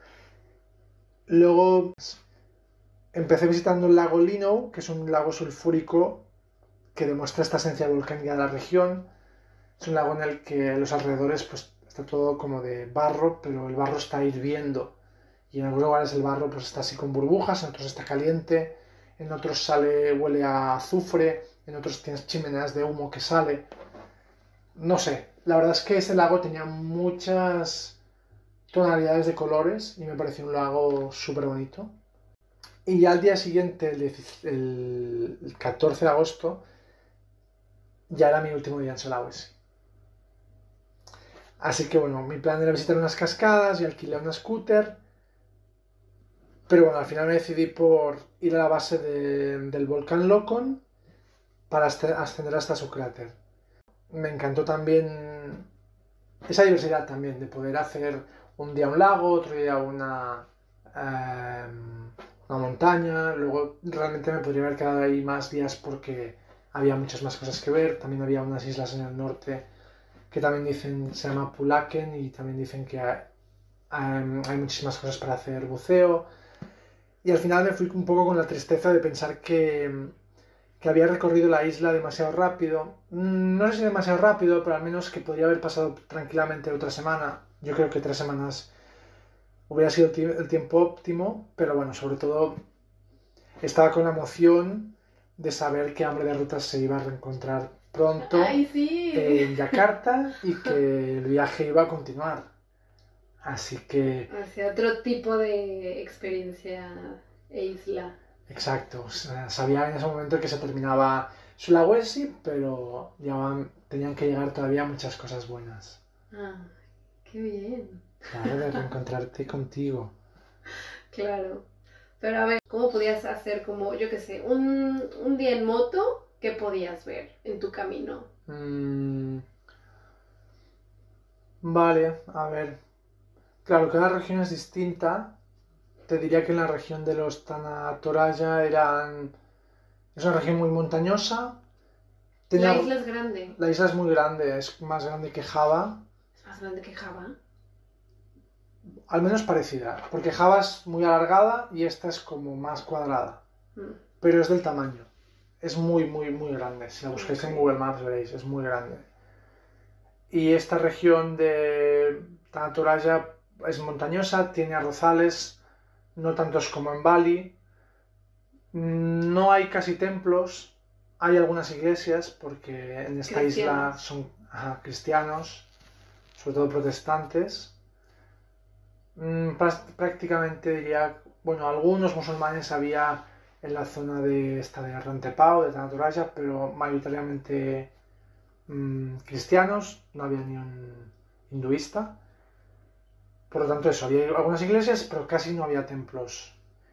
Luego empecé visitando el lago Lino, que es un lago sulfúrico que demuestra esta esencia volcánica de la región. Es un lago en el que los alrededores pues está todo como de barro, pero el barro está hirviendo. Y en algunos lugares el barro pues está así con burbujas, en otros está caliente, en otros huele a azufre, en otros tienes chimeneas de humo que sale. No sé, la verdad es que ese lago tenía muchas tonalidades de colores y me pareció un lago súper bonito. Y ya al día siguiente, el 14 de agosto, ya era mi último día en Sulawesi. Así que bueno, mi plan era visitar unas cascadas y alquilar una scooter. Pero bueno, al final me decidí por ir a la base del volcán Lokon para ascender hasta su cráter. Me encantó también esa diversidad también, de poder hacer un día un lago, otro día una montaña. Luego realmente me podría haber quedado ahí más días porque había muchas más cosas que ver. También había unas islas en el norte que también dicen, se llama Pulaken, y también dicen que hay muchísimas cosas para hacer buceo. Y al final me fui un poco con la tristeza de pensar que había recorrido la isla demasiado rápido. No sé si demasiado rápido, pero al menos que podría haber pasado tranquilamente otra semana. Yo creo que 3 semanas hubiera sido el tiempo óptimo, pero bueno, sobre todo estaba con la emoción de saber que Hambre de Rutas se iba a reencontrar pronto. ¡Ay, sí! En Yakarta, y que el viaje iba a continuar. Así que... Hacia otro tipo de experiencia e isla. Exacto, o sea, sabía en ese momento que se terminaba Sulawesi, pero tenían que llegar todavía muchas cosas buenas. Ah, qué bien. Claro, de reencontrarte contigo. Claro. Pero a ver, ¿cómo podías hacer como, yo qué sé, un día en moto? ¿Qué podías ver en tu camino? Vale, a ver. Claro, cada región es distinta. Te diría que en la región de los Tanah Toraja es una región muy montañosa. La isla es grande. La isla es muy grande, es más grande que Java. ¿Es más grande que Java? Al menos parecida, porque Java es muy alargada y esta es como más cuadrada. Pero es del tamaño. Es muy, muy, muy grande. Si la buscáis en Google Maps veréis, es muy grande. Y esta región de Tanah Toraja es montañosa, tiene arrozales, no tantos como en Bali. No hay casi templos, hay algunas iglesias, porque en esta isla son cristianos, sobre todo protestantes. Prácticamente diría, bueno, algunos musulmanes había en la zona de Rantepao, de Tanah Toraja, pero mayoritariamente cristianos, no había ni un hinduista. Por lo tanto, eso, había algunas iglesias, pero casi no había templos.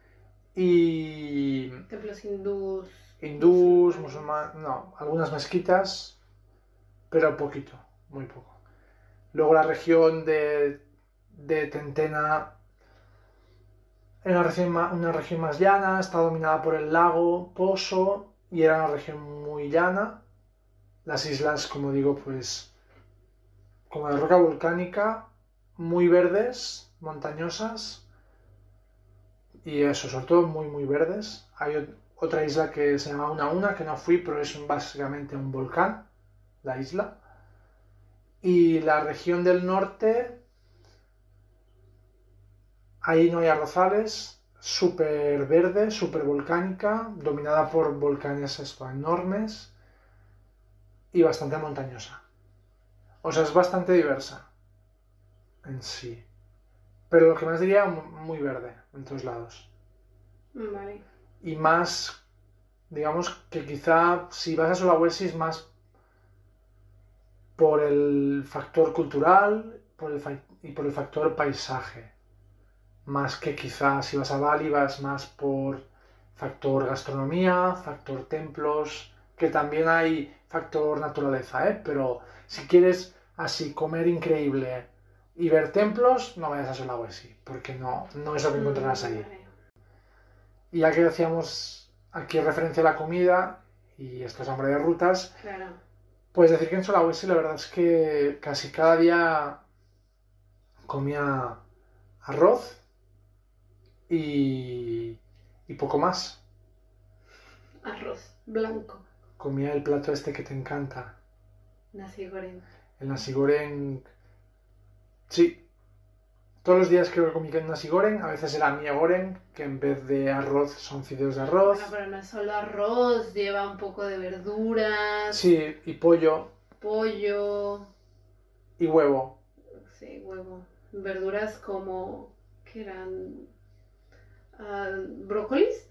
Y... templos hindús. Hindús, musulmanes, no, algunas mezquitas, pero poquito, muy poco. Luego la región de Tentena era una región más llana, está dominada por el lago Poso y era una región muy llana. Las islas, como digo, pues como de roca volcánica, muy verdes, montañosas, y eso, sobre todo muy, muy verdes. Hay otra isla que se llama Una, que no fui, pero es básicamente un volcán, la isla. Y la región del norte, ahí no hay arrozales, súper verde, súper volcánica, dominada por volcanes enormes y bastante montañosa. O sea, es bastante diversa en sí. Pero lo que más diría, muy verde en todos lados. Vale. Y más, digamos que quizá si vas a Sulawesi es más por el factor cultural y por el factor paisaje. Más que quizá si vas a Bali vas más por factor gastronomía, factor templos, que también hay factor naturaleza, ¿eh? Pero si quieres así comer increíble y ver templos, no vayas a Sulawesi, porque no es lo que encontrarás ahí. Vale. Y ya que decíamos aquí referencia a la comida, y esto es hambre de rutas, Claro. pues decir que en Sulawesi la verdad es que casi cada día comía arroz y poco más. Arroz blanco. Comía el plato este que te encanta, Nasi goreng. el nasi goreng. Sí, todos los días creo que comí nasi goreng, a veces era mie goreng, que en vez de arroz son fideos de arroz. Bueno, pero no es solo arroz, lleva un poco de verduras. Sí, y pollo. Pollo. Y huevo. Sí, huevo. Verduras como, ¿qué eran? ¿Brócolis?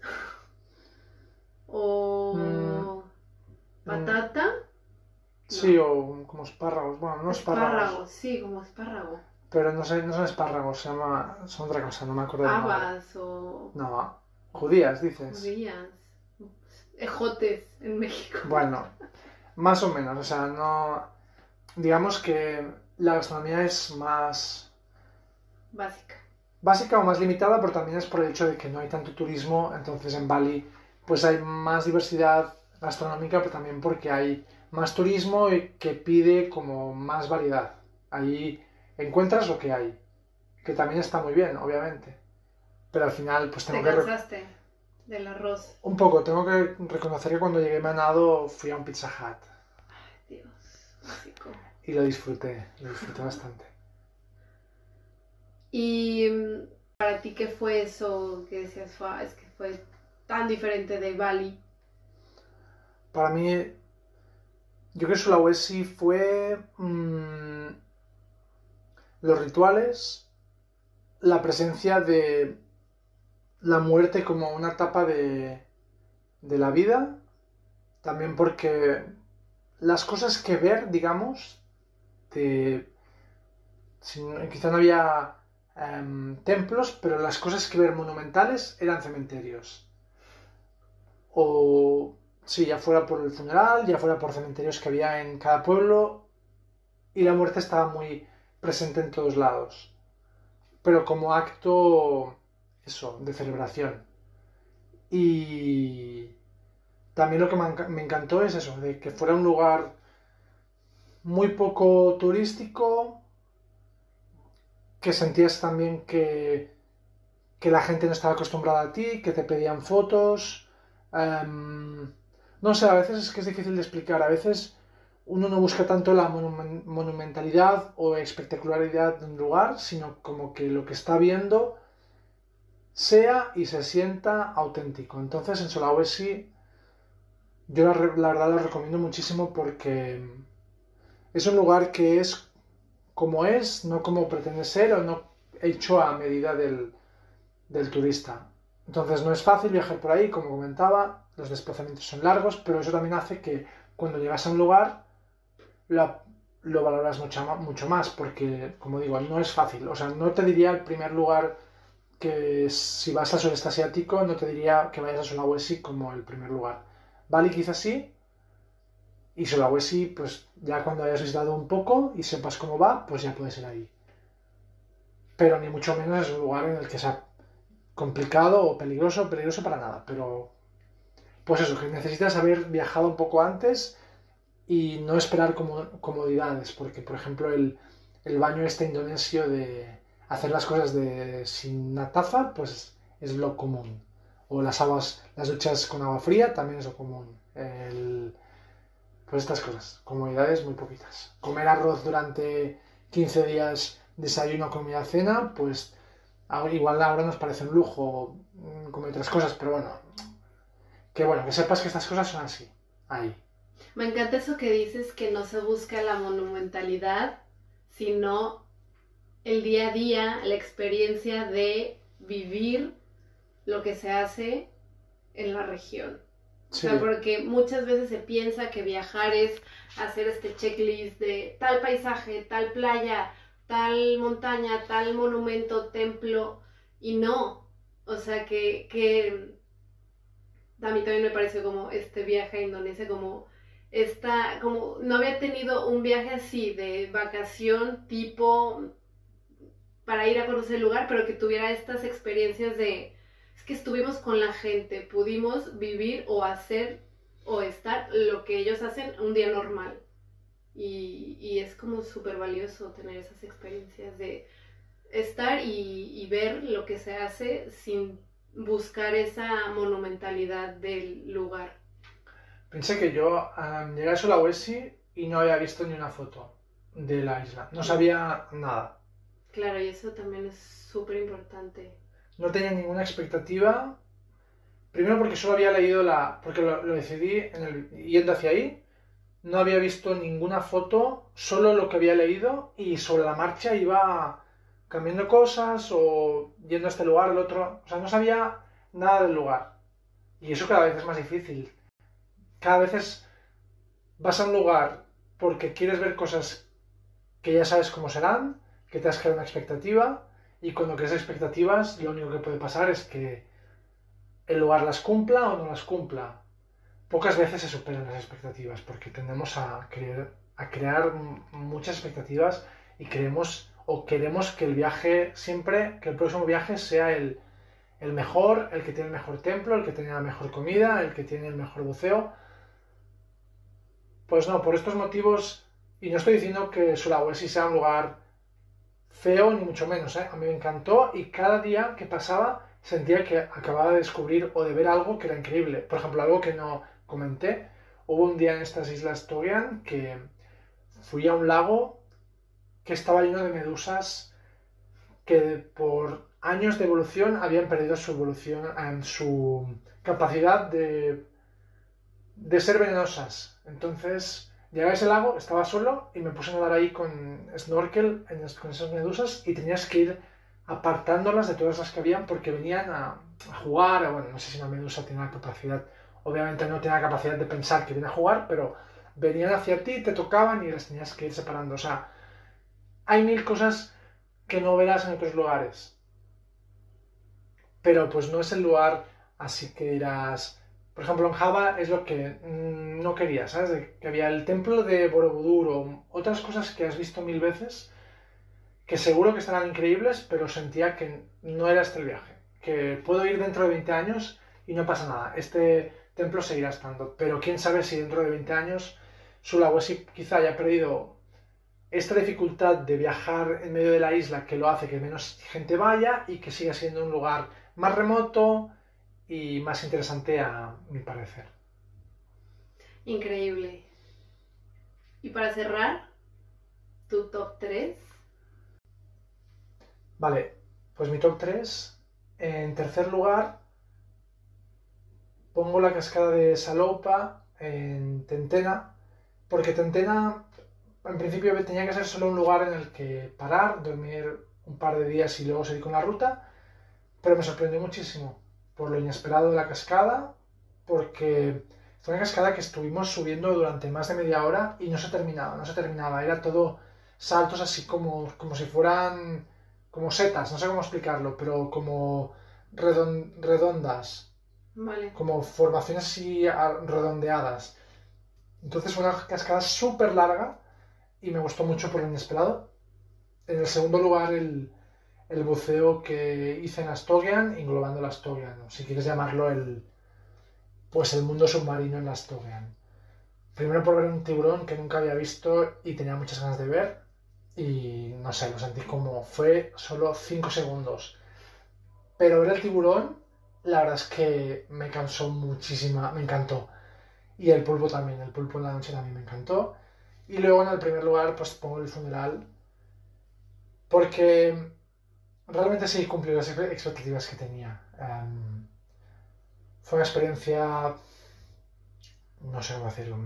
¿O patata? Sí, o como espárragos. Bueno, no espárragos. Sí, como espárrago. Pero no son espárragos, son otra cosa, no me acuerdo del nombre. Habas o No, judías, dices. judías. Ejotes en México. Bueno, más o menos, o sea, no... Digamos que la gastronomía es más básica o más limitada, pero también es por el hecho de que no hay tanto turismo, entonces en Bali pues hay más diversidad gastronómica, pero también porque hay más turismo y que pide como más variedad. Ahí encuentras lo que hay, que también está muy bien, obviamente, pero al final pues tengo ¿Te cansaste del arroz? Un poco, tengo que reconocer que cuando llegué a Manado fui a un Pizza Hut. Ay, Dios, México. Y lo disfruté bastante. ¿Y para ti qué fue eso que decías, es que fue tan diferente de Bali? Para mí, yo creo que Sulawesi fue los rituales, la presencia de la muerte como una etapa de la vida, también porque las cosas que ver, digamos, quizá no había templos, pero las cosas que ver monumentales eran cementerios. O, sí, ya fuera por el funeral, ya fuera por cementerios que había en cada pueblo, y la muerte estaba muy presente en todos lados. Pero como acto, eso, de celebración. Y también lo que me encantó es eso, de que fuera un lugar muy poco turístico, que sentías también que la gente no estaba acostumbrada a ti, que te pedían fotos. No sé, a veces es que es difícil de explicar. A veces uno no busca tanto la monumentalidad o espectacularidad de un lugar, sino como que lo que está viendo sea y se sienta auténtico. Entonces en Sulawesi yo la verdad lo recomiendo muchísimo porque es un lugar que es como es, no como pretende ser o no hecho a medida del turista. Entonces no es fácil viajar por ahí, como comentaba, los desplazamientos son largos, pero eso también hace que cuando llegas a un lugar lo valoras mucho más, porque, como digo, no es fácil. O sea, no te diría el primer lugar que si vas al sudeste asiático, no te diría que vayas a Sulawesi como el primer lugar. Bali quizás sí, y Sulawesi, pues ya cuando hayas visitado un poco y sepas cómo va, pues ya puedes ir ahí. Pero ni mucho menos es un lugar en el que sea complicado o peligroso para nada. Pero, pues eso, que necesitas haber viajado un poco antes y no esperar comodidades, porque, por ejemplo, el baño este indonesio de hacer las cosas sin una taza, pues es lo común. O las duchas con agua fría también es lo común. Pues estas cosas, comodidades muy poquitas. Comer arroz durante 15 días, desayuno, comida, cena, pues igual ahora nos parece un lujo comer otras cosas, pero bueno, que sepas que estas cosas son así, ahí. Me encanta eso que dices, que no se busca la monumentalidad, sino el día a día, la experiencia de vivir lo que se hace en la región. Sí. O sea, porque muchas veces se piensa que viajar es hacer este checklist de tal paisaje, tal playa, tal montaña, tal monumento, templo, y no. O sea, que a mí también me pareció como este viaje a Indonesia, como no había tenido un viaje así de vacación tipo para ir a conocer el lugar, pero que tuviera estas experiencias de, es que estuvimos con la gente, pudimos vivir o hacer o estar lo que ellos hacen un día normal. Y es como súper valioso tener esas experiencias de estar y ver lo que se hace sin buscar esa monumentalidad del lugar. Pensé que yo llegué a Sulawesi y no había visto ni una foto de la isla. No sabía nada. Claro, y eso también es súper importante. No tenía ninguna expectativa. Primero porque solo había leído porque lo decidí yendo hacia ahí. No había visto ninguna foto, solo lo que había leído y sobre la marcha iba cambiando cosas o yendo a este lugar, al otro. O sea, no sabía nada del lugar. Y eso cada vez es más difícil. Cada vez vas a un lugar porque quieres ver cosas que ya sabes cómo serán, que te has creado una expectativa y cuando crees expectativas lo único que puede pasar es que el lugar las cumpla o no las cumpla. Pocas veces se superan las expectativas porque tendemos a crear muchas expectativas y queremos que el viaje siempre, que el próximo viaje sea el mejor, el que tiene el mejor templo, el que tiene la mejor comida, el que tiene el mejor buceo. Pues no, por estos motivos, y no estoy diciendo que Sulawesi sea un lugar feo ni mucho menos, ¿eh? A mí me encantó y cada día que pasaba sentía que acababa de descubrir o de ver algo que era increíble. Por ejemplo, algo que no comenté, hubo un día en estas islas Togian que fui a un lago que estaba lleno de medusas que por años de evolución habían perdido su evolución, su capacidad de ser venenosas. Entonces, llegué a ese lago, estaba solo y me puse a nadar ahí con snorkel con esas medusas y tenías que ir apartándolas de todas las que habían porque venían a jugar. Bueno, no sé si una medusa tiene la capacidad, obviamente no tiene la capacidad de pensar que viene a jugar, pero venían hacia ti, te tocaban y las tenías que ir separando. O sea, hay mil cosas que no verás en otros lugares. Pero pues no es el lugar así que irás. Por ejemplo, en Java es lo que no quería, ¿sabes? Que había el templo de Borobudur o otras cosas que has visto mil veces, que seguro que estarán increíbles, pero sentía que no era este el viaje. Que puedo ir dentro de 20 años y no pasa nada. Este templo seguirá estando. Pero quién sabe si dentro de 20 años Sulawesi quizá haya perdido esta dificultad de viajar en medio de la isla que lo hace que menos gente vaya y que siga siendo un lugar más remoto y más interesante a mi parecer. Increíble. Y para cerrar, tu top 3. Vale, pues mi top 3. En tercer lugar, pongo la cascada de Salopa en Tentena, porque Tentena en principio tenía que ser solo un lugar en el que parar, dormir un par de días y luego seguir con la ruta, pero me sorprendió muchísimo por lo inesperado de la cascada, porque fue una cascada que estuvimos subiendo durante más de media hora y no se terminaba, era todo saltos así como si fueran como setas, no sé cómo explicarlo, pero como redondas, Vale. como formaciones así redondeadas. Entonces fue una cascada súper larga y me gustó mucho por lo inesperado. En el segundo lugar, el buceo que hice en Astogian, englobando el Astogian, si quieres llamarlo pues el mundo submarino en Astogian. Primero por ver un tiburón que nunca había visto y tenía muchas ganas de ver y no sé, lo sentí como fue solo 5 segundos. Pero ver el tiburón, la verdad es que me cansó muchísimo, me encantó. Y el pulpo también, el pulpo en la noche también me encantó. Y luego en el primer lugar pues pongo el funeral, porque realmente sí cumplió las expectativas que tenía. Fue una experiencia, no sé cómo decirlo,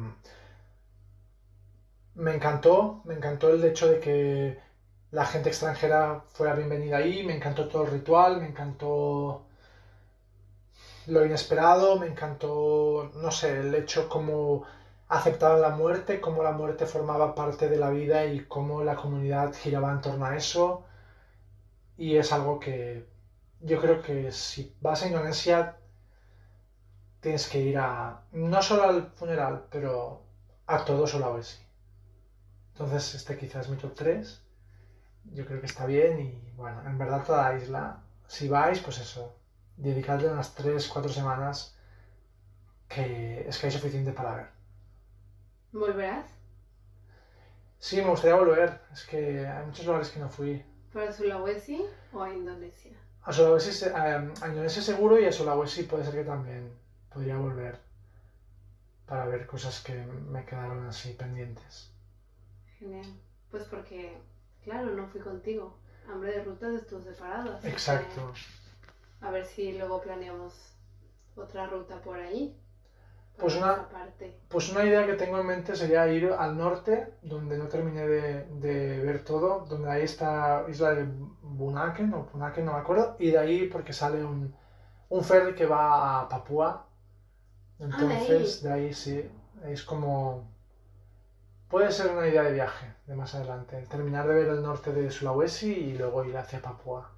me encantó el hecho de que la gente extranjera fuera bienvenida ahí, me encantó todo el ritual, me encantó lo inesperado, me encantó, no sé, el hecho como aceptaban la muerte, cómo la muerte formaba parte de la vida y cómo la comunidad giraba en torno a eso. Y es algo que yo creo que si vas a Indonesia tienes que ir a, no solo al funeral, pero a todo Sulawesi. Entonces este quizás es mi top 3. Yo creo que está bien y bueno, en verdad toda la isla, si vais, pues eso, dedicarle unas 3 4 semanas, que es que hay suficiente para ver. ¿Volverás? Sí, me gustaría volver, es que hay muchos lugares que no fui. ¿Para Sulawesi o a Indonesia? A Sulawesi, a Indonesia seguro y a Sulawesi puede ser que también podría volver para ver cosas que me quedaron así pendientes. Genial. Pues porque, claro, no fui contigo. Hambre de Rutas estuvo separado, así Exacto. que a ver si luego planeamos otra ruta por ahí. Pues Para una, esa parte. pues una idea que tengo en mente sería ir al norte, donde no terminé de ver todo, donde ahí está isla de Bunaken o Punaken, no me acuerdo, y de ahí porque sale un ferry que va a Papúa. Entonces, de ahí sí, es como... Puede ser una idea de viaje de más adelante, terminar de ver el norte de Sulawesi y luego ir hacia Papúa.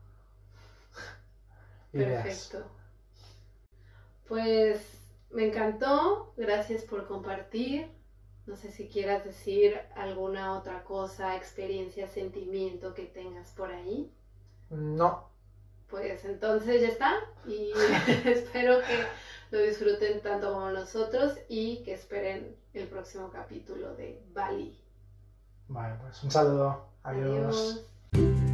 Ideas. Perfecto. Pues me encantó, gracias por compartir. No sé si quieras decir alguna otra cosa, experiencia, sentimiento que tengas por ahí. No, Pues entonces ya está y espero que lo disfruten tanto como nosotros y que esperen el próximo capítulo de Bali. vale, pues un saludo, adiós. Adiós.